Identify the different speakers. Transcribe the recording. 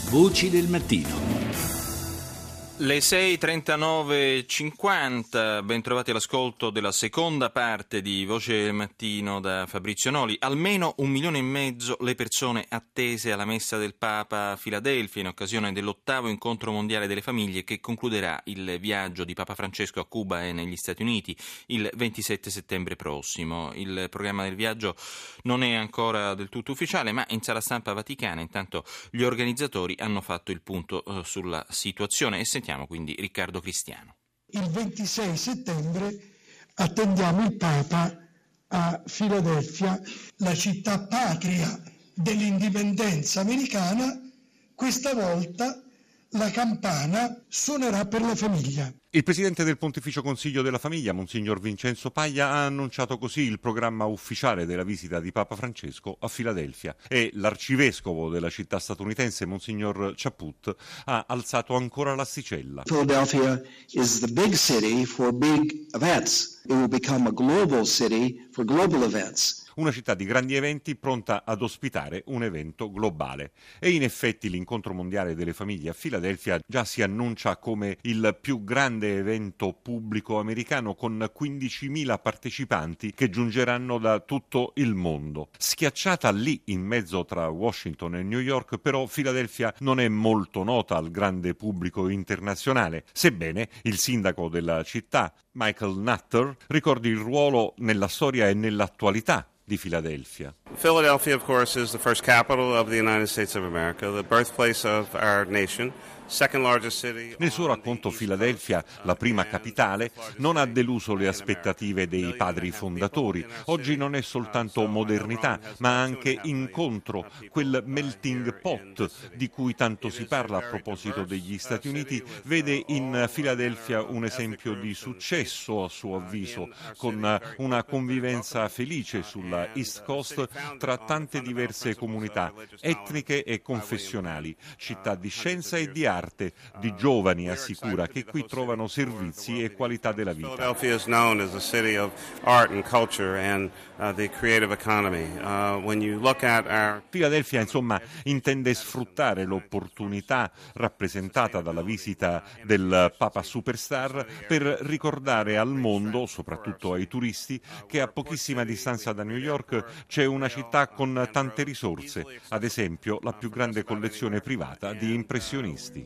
Speaker 1: Voci del mattino.
Speaker 2: Le 6:39:50, ben trovati all'ascolto della seconda parte di Voce del Mattino da Fabrizio Noli. Almeno 1,5 milioni le persone attese alla messa del Papa a Filadelfia in occasione dell'8° incontro mondiale delle famiglie che concluderà il viaggio di Papa Francesco a Cuba e negli Stati Uniti il 27 settembre prossimo. Il programma del viaggio non è ancora del tutto ufficiale, ma in sala stampa vaticana intanto gli organizzatori hanno fatto il punto sulla situazione e sentiamo quindi Riccardo Cristiano.
Speaker 3: Il 26 settembre attendiamo il Papa a Filadelfia, la città patria dell'indipendenza americana. Questa volta la campana suonerà per la famiglia.
Speaker 4: Il presidente del Pontificio Consiglio della Famiglia, Monsignor Vincenzo Paglia, ha annunciato così il programma ufficiale della visita di Papa Francesco a Filadelfia e l'arcivescovo della città statunitense, Monsignor Chaput, ha alzato ancora l'asticella.
Speaker 5: Philadelphia is the big city for big events. It will become a global city for global events.
Speaker 4: Una città di grandi eventi pronta ad ospitare un evento globale. E in effetti l'incontro mondiale delle famiglie a Filadelfia già si annuncia come il più grande evento pubblico americano con 15.000 partecipanti che giungeranno da tutto il mondo. Schiacciata lì in mezzo tra Washington e New York, però Filadelfia non è molto nota al grande pubblico internazionale, sebbene il sindaco della città, Michael Nutter, ricordi il ruolo nella storia e nell'attualità di Filadelfia.
Speaker 6: Philadelphia, of course, is the first capital of the United States of America, the birthplace of our nation.
Speaker 4: Nel suo racconto Filadelfia, la prima capitale, non ha deluso le aspettative dei padri fondatori. Oggi non è soltanto modernità, ma anche incontro, quel melting pot di cui tanto si parla a proposito degli Stati Uniti, vede in Filadelfia un esempio di successo, a suo avviso, con una convivenza felice sulla East Coast tra tante diverse comunità etniche e confessionali, città di scienza e di arte, di giovani, assicura, che qui trovano servizi e qualità della vita.
Speaker 6: Philadelphia is known as a city of art and culture and the creative economy. When you look at our
Speaker 4: Filadelfia, insomma, intende sfruttare l'opportunità rappresentata dalla visita del Papa Superstar per ricordare al mondo, soprattutto ai turisti, che a pochissima distanza da New York c'è una città con tante risorse, ad esempio la più grande collezione privata di impressionisti.